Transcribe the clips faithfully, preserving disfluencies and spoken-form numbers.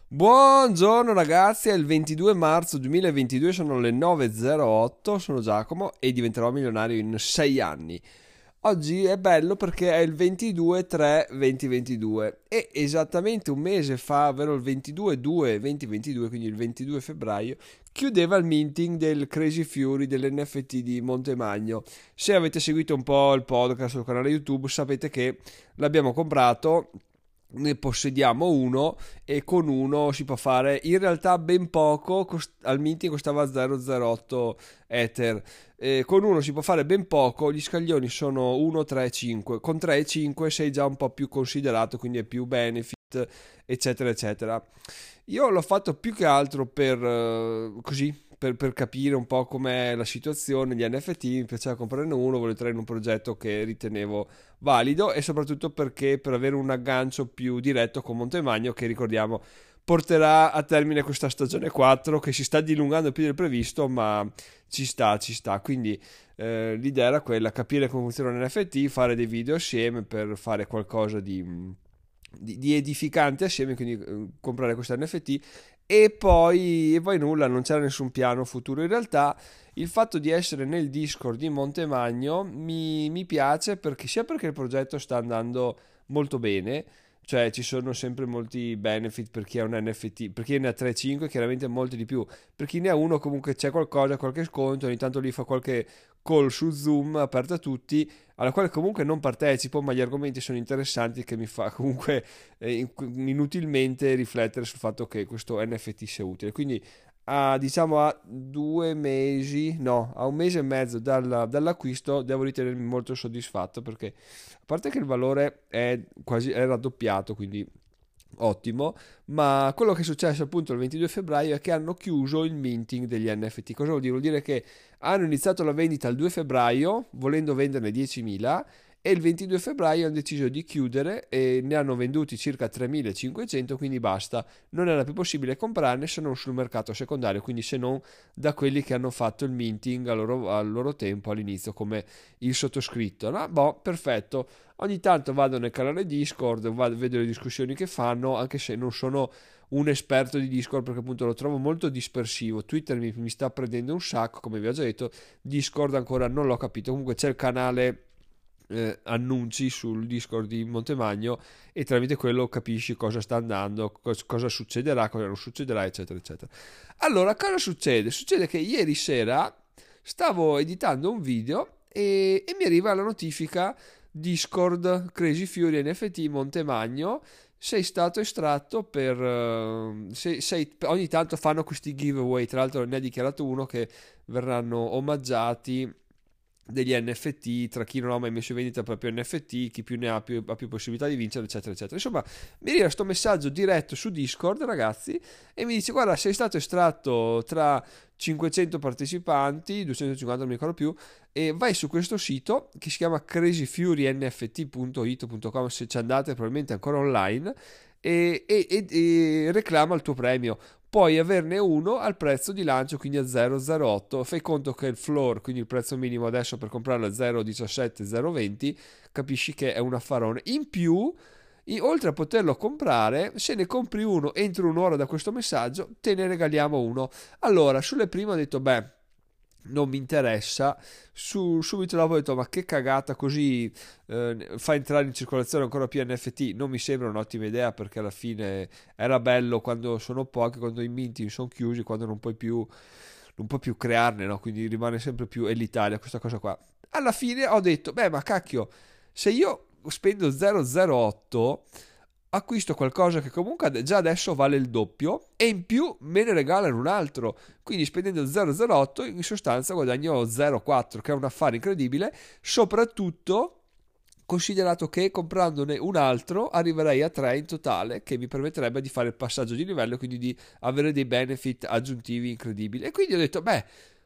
Buongiorno ragazzi, è il ventidue marzo duemilaventidue, sono le nove e zero otto, sono Giacomo e diventerò milionario in sei anni. Oggi è bello perché è il ventidue tre duemilaventidue e esattamente un mese fa, ovvero il ventidue due duemilaventidue, quindi il ventidue febbraio, chiudeva il minting del Crazy Fury dell'N F T di Montemagno. Se avete seguito un po' il podcast sul canale YouTube sapete che l'abbiamo comprato. Ne possediamo uno e con uno si può fare in realtà ben poco. Cost- al minting costava zero virgola zero otto ether. Eh, con uno si può fare ben poco, gli scaglioni sono uno, tre e cinque, con tre e cinque sei già un po' più considerato, quindi è più benefit eccetera eccetera. Io l'ho fatto più che altro per eh, così per, per capire un po' com'è la situazione gli N F T. Mi piaceva comprarne uno, volevo entrare in un progetto che ritenevo valido e soprattutto perché per avere un aggancio più diretto con Montemagno, che ricordiamo porterà a termine questa stagione quattro che si sta dilungando più del previsto, ma ci sta, ci sta. Quindi eh, l'idea era quella, capire come funziona un N F T, fare dei video assieme per fare qualcosa di, di, di edificante assieme, quindi eh, comprare questo N F T e poi, e poi nulla, non c'era nessun piano futuro. In realtà il fatto di essere nel Discord di Montemagno mi, mi piace perché sia perché il progetto sta andando molto bene, cioè ci sono sempre molti benefit per chi ha un N F T, per chi ne ha tre cinque chiaramente molti di più, per chi ne ha uno comunque c'è qualcosa, qualche sconto, ogni tanto lì fa qualche call su Zoom aperta a tutti, alla quale comunque non partecipo, ma gli argomenti sono interessanti, che mi fa comunque eh, inutilmente riflettere sul fatto che questo N F T sia utile. Quindi a, diciamo a due mesi, no, a un mese e mezzo dalla- dall'acquisto devo ritenermi molto soddisfatto, perché a parte che il valore è quasi è raddoppiato, quindi ottimo, ma quello che è successo appunto il ventidue febbraio è che hanno chiuso il minting degli N F T. Cosa vuol dire? Vuol dire che hanno iniziato la vendita il due febbraio volendo venderne diecimila e il ventidue febbraio hanno deciso di chiudere e ne hanno venduti circa tremilacinquecento, quindi basta, non era più possibile comprarne se non sul mercato secondario, quindi se non da quelli che hanno fatto il minting al loro, al loro tempo all'inizio, come il sottoscritto, no? Boh, perfetto. Ogni tanto vado nel canale Discord, vado, vedo le discussioni che fanno, anche se non sono un esperto di Discord perché appunto lo trovo molto dispersivo. Twitter mi, mi sta prendendo un sacco, come vi ho già detto. Discord ancora non l'ho capito. Comunque c'è il canale eh, annunci sul Discord di Montemagno e tramite quello capisci cosa sta andando, cos- cosa succederà, cosa non succederà, eccetera, eccetera. Allora, cosa succede? Succede che ieri sera stavo editando un video e, e mi arriva la notifica Discord Crazy Fury N F T Montemagno, sei stato estratto per eh, sei, sei- ogni tanto fanno questi giveaway, tra l'altro ne ha dichiarato uno che verranno omaggiati degli N F T tra chi non ha mai messo in vendita il proprio N F T, chi più ne ha più, ha più possibilità di vincere, eccetera eccetera. Insomma, mi arriva questo messaggio diretto su Discord, ragazzi, e mi dice: guarda, sei stato estratto tra cinquecento partecipanti, duecentocinquanta non mi ricordo più, e vai su questo sito che si chiama crazy fury n f t punto i t punto com, se ci andate probabilmente è ancora online, e, e, e, e reclama il tuo premio. Puoi averne uno al prezzo di lancio, quindi a zero virgola zero otto. Fai conto che il floor, quindi il prezzo minimo adesso per comprarlo è zero virgola diciassette zero virgola venti, capisci che è un affarone. In più, i- oltre a poterlo comprare, se ne compri uno entro un'ora da questo messaggio, te ne regaliamo uno. Allora, sulle prime ho detto, beh, non mi interessa. Su, subito dopo ho detto, ma che cagata, così eh, fa entrare in circolazione ancora più N F T. Non mi sembra un'ottima idea, perché alla fine era bello quando sono pochi, quando i minting sono chiusi, quando non puoi più, non puoi più crearne, no? Quindi rimane sempre più elitaria questa cosa qua. Alla fine ho detto, beh, ma cacchio, se io spendo zero virgola zero otto, acquisto qualcosa che comunque ad- già adesso vale il doppio e in più me ne regalano un altro, quindi spendendo zero virgola zero otto in sostanza guadagno zero virgola quattro, che è un affare incredibile, soprattutto considerato che comprandone un altro arriverei a tre in totale, che mi permetterebbe di fare il passaggio di livello e quindi di avere dei benefit aggiuntivi incredibili. E quindi ho detto, beh,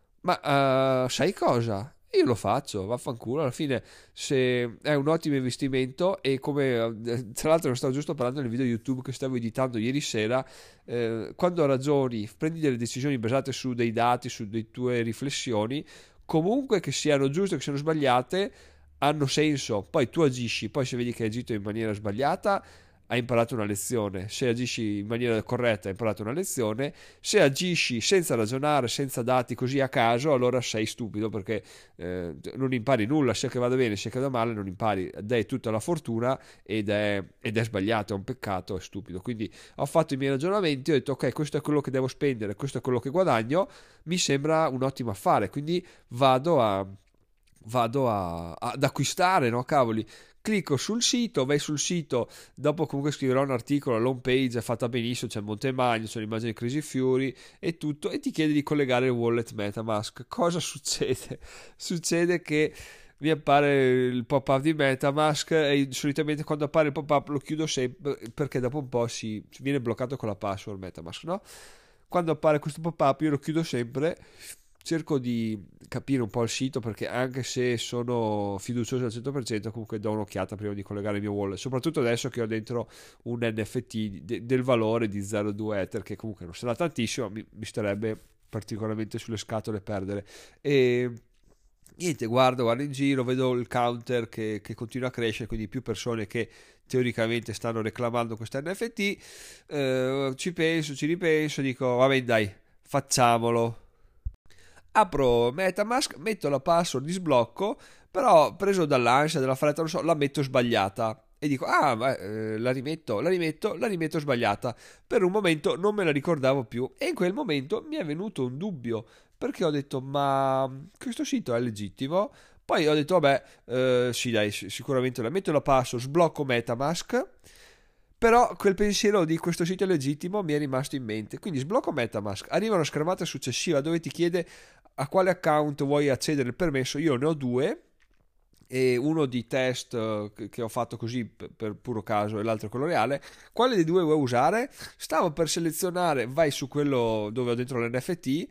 ma uh, sai cosa? Io lo faccio, vaffanculo, alla fine se è un ottimo investimento. E come eh, tra l'altro lo stavo giusto parlando nel video YouTube che stavo editando ieri sera, eh, quando ragioni, prendi delle decisioni basate su dei dati, su delle tue riflessioni, comunque che siano giuste o che siano sbagliate, hanno senso. Poi tu agisci, poi se vedi che hai agito in maniera sbagliata, hai imparato una lezione, se agisci in maniera corretta hai imparato una lezione, se agisci senza ragionare, senza dati così a caso, allora sei stupido perché eh, non impari nulla, sia che vada bene sia che vada male, non impari, dai tutta la fortuna ed è, ed è sbagliato, è un peccato, è stupido. Quindi ho fatto i miei ragionamenti, ho detto ok, questo è quello che devo spendere, questo è quello che guadagno, mi sembra un ottimo affare, quindi vado a vado a, a- ad acquistare, no cavoli. Clicco sul sito, vai sul sito, dopo comunque scriverò un articolo, la home page è fatta benissimo, c'è il Monte Magno, c'è l'immagine di Crazy Fury e tutto, e ti chiede di collegare il wallet MetaMask. Cosa succede? Succede che mi appare il pop-up di MetaMask e solitamente quando appare il pop-up lo chiudo sempre perché dopo un po' si si viene bloccato con la password MetaMask, no? Quando appare questo pop-up io lo chiudo sempre, cerco di capire un po' il sito perché anche se sono fiducioso al cento per cento comunque do un'occhiata prima di collegare il mio wallet, soprattutto adesso che ho dentro un N F T de- del valore di zero virgola due Ether che comunque non sarà tantissimo, mi, mi starebbe particolarmente sulle scatole perdere. E niente, guardo, guardo in giro, vedo il counter che, che continua a crescere, quindi più persone che teoricamente stanno reclamando questo N F T. Eh, ci penso, ci ripenso, dico vabbè dai, facciamolo. Apro MetaMask, metto la password di sblocco, però preso dall'ansia, dalla fretta, non so, la metto sbagliata. E dico, ah, ma, eh, la rimetto, la rimetto, la rimetto sbagliata. Per un momento non me la ricordavo più e in quel momento mi è venuto un dubbio, perché ho detto, ma questo sito è legittimo? Poi ho detto, vabbè, eh, sì dai, sicuramente la metto la password, sblocco MetaMask. Però quel pensiero di questo sito è legittimo mi è rimasto in mente. Quindi sblocco MetaMask, arriva una schermata successiva dove ti chiede a quale account vuoi accedere il permesso. Io ne ho due, e uno di test eh, che ho fatto così per, per puro caso e l'altro quello reale. Quale dei due vuoi usare? Stavo per selezionare, vai su quello dove ho dentro l'N F T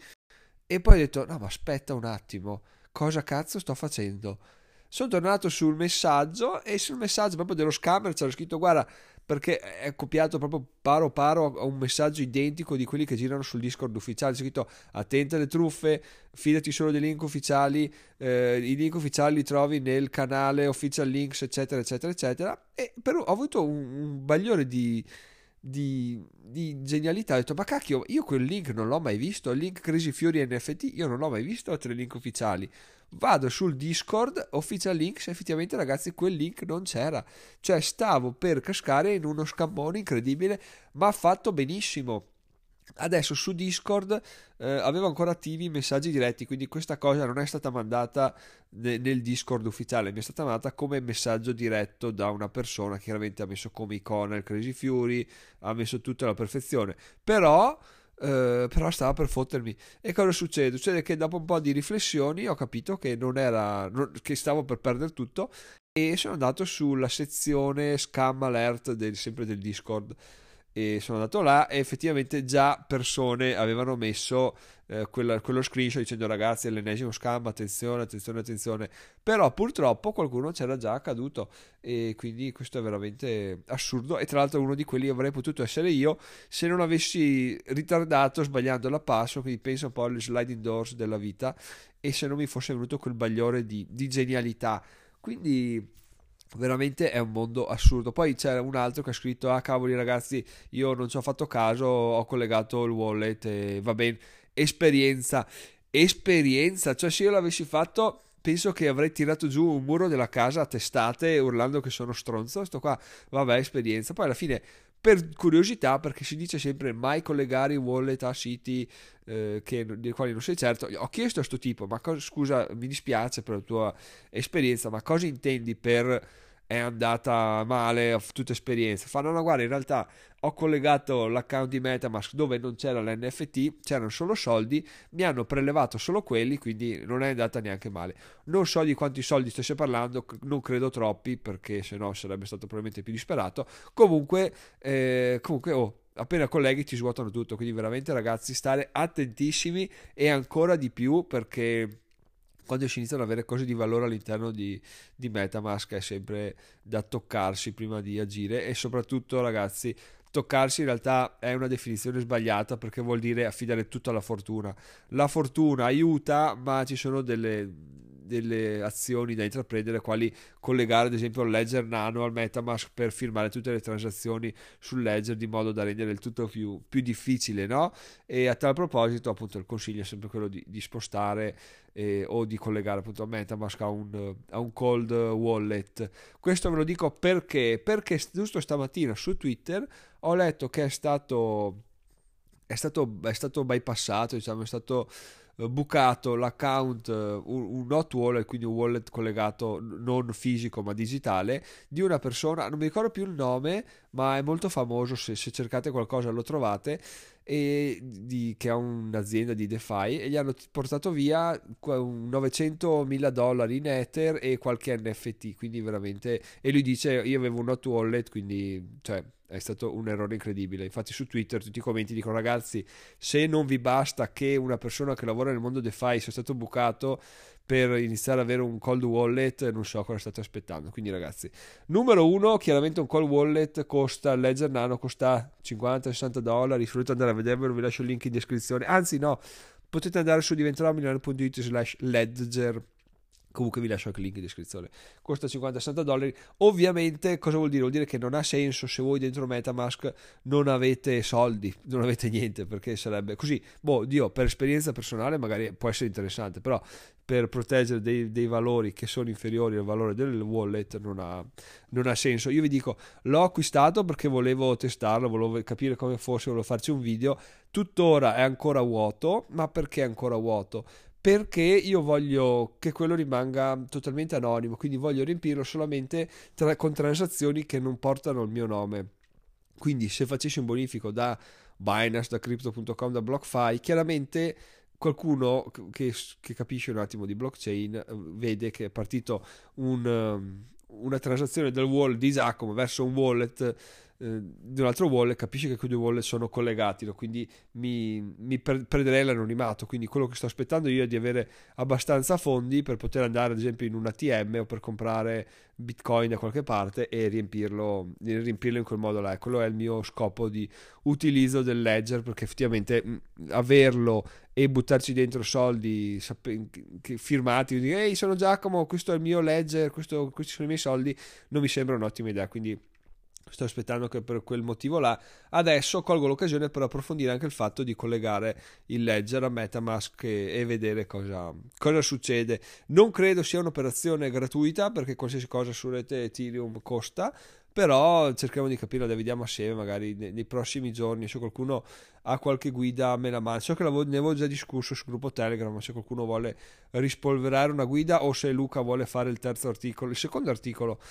e poi ho detto no ma aspetta un attimo, cosa cazzo sto facendo? Sono tornato sul messaggio e sul messaggio proprio dello scammer c'era scritto guarda perché è copiato proprio paro paro a un messaggio identico di quelli che girano sul Discord ufficiale. C'è scritto attenta alle truffe, fidati solo dei link ufficiali, eh, i link ufficiali li trovi nel canale official links eccetera eccetera eccetera. E però ho avuto un, un bagliore di, di, di genialità, ho detto ma cacchio io quel link non l'ho mai visto, il link Crazy Fury N F T io non l'ho mai visto tra i link ufficiali. Vado sul Discord official links, effettivamente ragazzi quel link non c'era, cioè stavo per cascare in uno scammone incredibile, ma fatto benissimo. Adesso su Discord eh, avevo ancora attivi i messaggi diretti, quindi questa cosa non è stata mandata ne- nel Discord ufficiale, mi è stata mandata come messaggio diretto da una persona, chiaramente ha messo come icona il Crazy Fury, ha messo tutto alla perfezione, però, eh, però stava per fottermi. E cosa succede? Succede che dopo un po' di riflessioni ho capito che non era, non- che stavo per perdere tutto e sono andato sulla sezione scam alert del, sempre del Discord e sono andato là e effettivamente già persone avevano messo eh, quella- quello screenshot dicendo ragazzi è l'ennesimo scam, attenzione, attenzione, attenzione, però purtroppo qualcuno c'era già accaduto e quindi questo è veramente assurdo e tra l'altro uno di quelli avrei potuto essere io se non avessi ritardato sbagliando la password, quindi penso un po' alle sliding doors della vita e se non mi fosse venuto quel bagliore di, di genialità, quindi veramente è un mondo assurdo. Poi c'è un altro che ha scritto ah cavoli ragazzi io non ci ho fatto caso, ho collegato il wallet e va bene, esperienza esperienza, cioè se io l'avessi fatto penso che avrei tirato giù un muro della casa a testate urlando che sono stronzo. Sto qua vabbè, esperienza. Poi alla fine per curiosità, perché si dice sempre mai collegare i wallet a siti eh, che, dei quali non sei certo, ho chiesto a sto tipo ma cosa, scusa mi dispiace per la tua esperienza, ma cosa intendi per è andata male, ho tutta esperienza? Fanno no guarda in realtà ho collegato l'account di MetaMask dove non c'era l'N F T, c'erano solo soldi, mi hanno prelevato solo quelli, quindi non è andata neanche male. Non so di quanti soldi stesse parlando, non credo troppi perché se no sarebbe stato probabilmente più disperato. Comunque, eh, comunque oh, appena colleghi ti svuotano tutto, quindi veramente ragazzi stare attentissimi e ancora di più perché quando si iniziano ad avere cose di valore all'interno di, di MetaMask è sempre da toccarsi prima di agire e soprattutto ragazzi toccarsi in realtà è una definizione sbagliata perché vuol dire affidare tutto alla fortuna. La fortuna aiuta ma ci sono delle delle azioni da intraprendere, quali collegare ad esempio il Ledger Nano al MetaMask per firmare tutte le transazioni sul Ledger, di modo da rendere il tutto più, più difficile, no? E a tal proposito appunto il consiglio è sempre quello di, di spostare eh, o di collegare appunto a MetaMask a un, a un cold wallet. Questo ve lo dico perché perché giusto stamattina su Twitter ho letto che è stato è stato, è stato bypassato, diciamo, è stato eh, bucato l'account, eh, un, un hot wallet, quindi un wallet collegato non fisico ma digitale, di una persona, non mi ricordo più il nome, ma è molto famoso, se, se cercate qualcosa lo trovate, e di, che ha un'azienda di DeFi, e gli hanno portato via novecentomila dollari in Ether e qualche N F T, quindi veramente, e lui dice io avevo un hot wallet, quindi cioè è stato un errore incredibile. Infatti su Twitter tutti i commenti dicono ragazzi, se non vi basta che una persona che lavora nel mondo DeFi sia stato bucato per iniziare ad avere un cold wallet, non so cosa state aspettando. Quindi ragazzi, numero uno, chiaramente un cold wallet costa, il Ledger Nano costa cinquanta sessanta dollari, se volete andare a vedervelo vi lascio il link in descrizione, anzi no, potete andare su diventerò milionario punto it slash ledger. Comunque vi lascio anche il link in descrizione. Costa cinquanta sessanta dollari. Ovviamente cosa vuol dire? Vuol dire che non ha senso se voi dentro MetaMask non avete soldi, non avete niente, perché sarebbe così. Boh, Dio, per esperienza personale magari può essere interessante, però per proteggere dei, dei valori che sono inferiori al valore del wallet non ha, non ha senso. Io vi dico, l'ho acquistato perché volevo testarlo, volevo capire come fosse, volevo farci un video. Tuttora è ancora vuoto, ma perché è ancora vuoto? Perché io voglio che quello rimanga totalmente anonimo, quindi voglio riempirlo solamente tra, con transazioni che non portano il mio nome. Quindi se facessi un bonifico da Binance, da Crypto punto com, da BlockFi, chiaramente qualcuno che, che capisce un attimo di blockchain vede che è partito un, una transazione del wallet di Giacomo verso un wallet di un altro wallet, capisce che quei due wallet sono collegati, no? Quindi mi, mi per, perderei l'anonimato. Quindi quello che sto aspettando io è di avere abbastanza fondi per poter andare ad esempio in un A T M o per comprare bitcoin da qualche parte e riempirlo, riempirlo in quel modo là. Quello è il mio scopo di utilizzo del Ledger, perché effettivamente mh, averlo e buttarci dentro soldi sape- che firmati, di ehi sono Giacomo, questo è il mio Ledger, questo, questi sono i miei soldi, non mi sembra un'ottima idea. Quindi sto aspettando che per quel motivo là. Adesso colgo l'occasione per approfondire anche il fatto di collegare il Ledger a MetaMask e, e vedere cosa, cosa succede. Non credo sia un'operazione gratuita, perché qualsiasi cosa su rete Ethereum costa, però cerchiamo di capire, la vediamo assieme magari nei, nei prossimi giorni. Se qualcuno ha qualche guida me la manda, so che ne avevo già discusso sul gruppo Telegram, ma se qualcuno vuole rispolverare una guida, o se Luca vuole fare il terzo articolo, il secondo articolo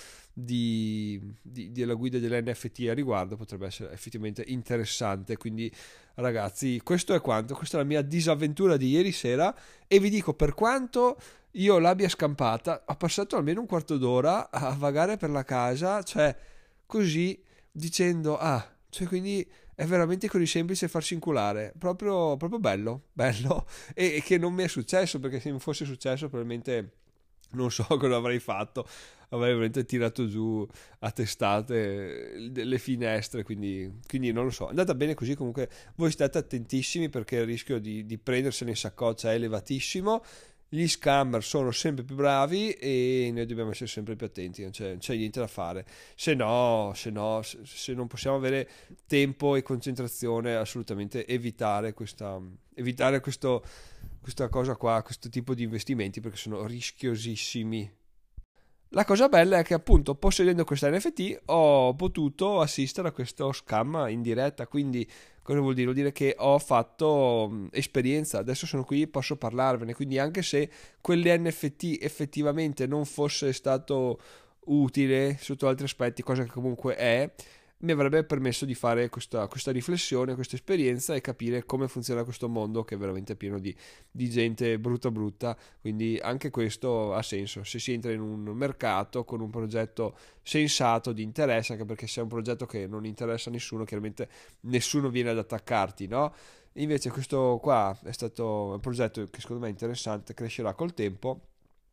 di, di, della guida dell'N F T a riguardo, potrebbe essere effettivamente interessante. Quindi ragazzi, questo è quanto, questa è la mia disavventura di ieri sera, e vi dico, per quanto io l'abbia scampata, ho passato almeno un quarto d'ora a vagare per la casa, cioè così, dicendo ah, cioè quindi è veramente così semplice farsi inculare, proprio, proprio bello, bello, e, e che non mi è successo, perché se mi fosse successo probabilmente non so cosa avrei fatto, avrei veramente tirato giù a testate le finestre, quindi, quindi non lo so, è andata bene così. Comunque voi state attentissimi, perché il rischio di, di prendersene in saccoccia è elevatissimo. Gli scammer sono sempre più bravi e noi dobbiamo essere sempre più attenti, non c'è, non c'è niente da fare. Se no, se no, se, se non possiamo avere tempo e concentrazione, assolutamente evitare questa, evitare questo, questa cosa qua, questo tipo di investimenti, perché sono rischiosissimi. La cosa bella è che appunto possedendo questa N F T ho potuto assistere a questo scam in diretta, quindi cosa vuol dire? Vuol dire che ho fatto mh, esperienza, adesso sono qui, posso parlarvene, quindi anche se quell'N F T effettivamente non fosse stato utile sotto altri aspetti, cosa che comunque è, mi avrebbe permesso di fare questa, questa riflessione, questa esperienza, e capire come funziona questo mondo che è veramente pieno di, di gente brutta brutta. Quindi anche questo ha senso se si entra in un mercato con un progetto sensato, di interesse, anche perché se è un progetto che non interessa a nessuno, chiaramente nessuno viene ad attaccarti, no? Invece questo qua è stato un progetto che secondo me è interessante, crescerà col tempo.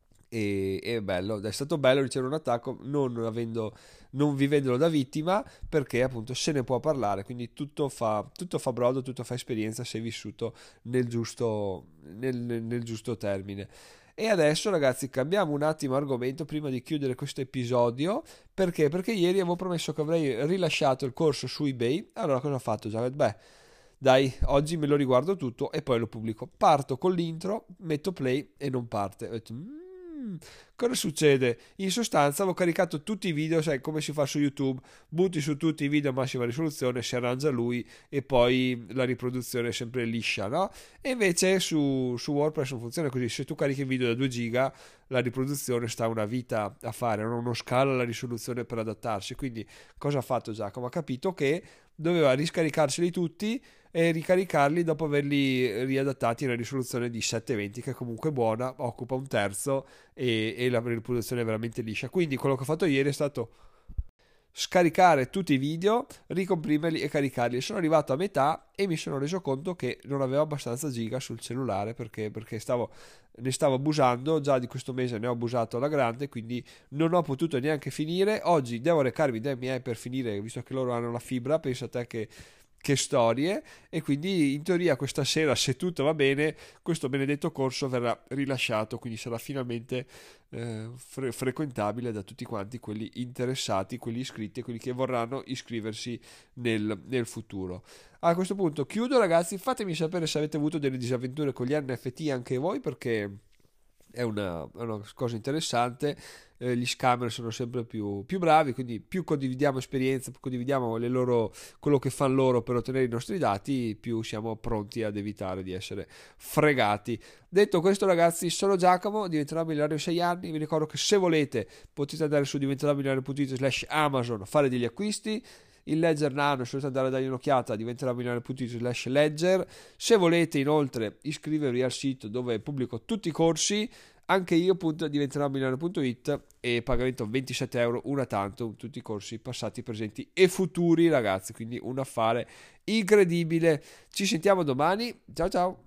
E è bello, è stato bello ricevere un attacco non avendo, non vivendolo da vittima, perché appunto se ne può parlare, quindi tutto fa, tutto fa brodo, tutto fa esperienza se vissuto nel giusto, nel, nel giusto termine. E adesso ragazzi cambiamo un attimo argomento prima di chiudere questo episodio. Perché? Perché ieri avevo promesso che avrei rilasciato il corso su eBay. Allora cosa ho fatto, Giacomo? Beh, dai, oggi me lo riguardo tutto e poi lo pubblico. Parto con l'intro, metto play e non parte. Ho detto, "Mm, cosa succede?" In sostanza avevo caricato tutti i video, sai come si fa su YouTube, butti su tutti i video a massima risoluzione, si arrangia lui e poi la riproduzione è sempre liscia, no? E invece su, su WordPress non funziona così. Se tu carichi il video da due giga, la riproduzione sta una vita a fare, non non scala la risoluzione per adattarsi. Quindi cosa ha fatto Giacomo? Ha capito che doveva riscaricarseli tutti e ricaricarli dopo averli riadattati in una risoluzione di settecentoventi, che è comunque buona, occupa un terzo e, e la riproduzione è veramente liscia. Quindi quello che ho fatto ieri è stato scaricare tutti i video, ricomprimerli e caricarli. Sono arrivato a metà e mi sono reso conto che non avevo abbastanza giga sul cellulare, perché, perché stavo, ne stavo abusando, già di questo mese ne ho abusato alla grande, quindi non ho potuto neanche finire. Oggi devo recarmi dai miei per finire, visto che loro hanno la fibra, pensa a te che che storie, e quindi in teoria questa sera, se tutto va bene, questo benedetto corso verrà rilasciato, quindi sarà finalmente eh, fre- frequentabile da tutti quanti quelli interessati, quelli iscritti e quelli che vorranno iscriversi nel, nel futuro. A questo punto chiudo ragazzi, fatemi sapere se avete avuto delle disavventure con gli N F T anche voi, perché è una, è una cosa interessante. Eh, gli scammer sono sempre più, più bravi, quindi più condividiamo esperienze, più condividiamo le loro, quello che fanno loro per ottenere i nostri dati, più siamo pronti ad evitare di essere fregati. Detto questo ragazzi, sono Giacomo, diventerò milionario in sei anni. Vi ricordo che se volete potete andare su diventerò milionario punto it slash Amazon a fare degli acquisti. Il Ledger Nano, se volete andare a dargli un'occhiata, diventerà milionario punto it slash Ledger. Se volete inoltre iscrivervi al sito dove pubblico tutti i corsi, anche io appunto diventerò milionario punto it, e pagamento ventisette euro una tanto, tutti i corsi passati, presenti e futuri ragazzi, quindi un affare incredibile. Ci sentiamo domani, ciao ciao.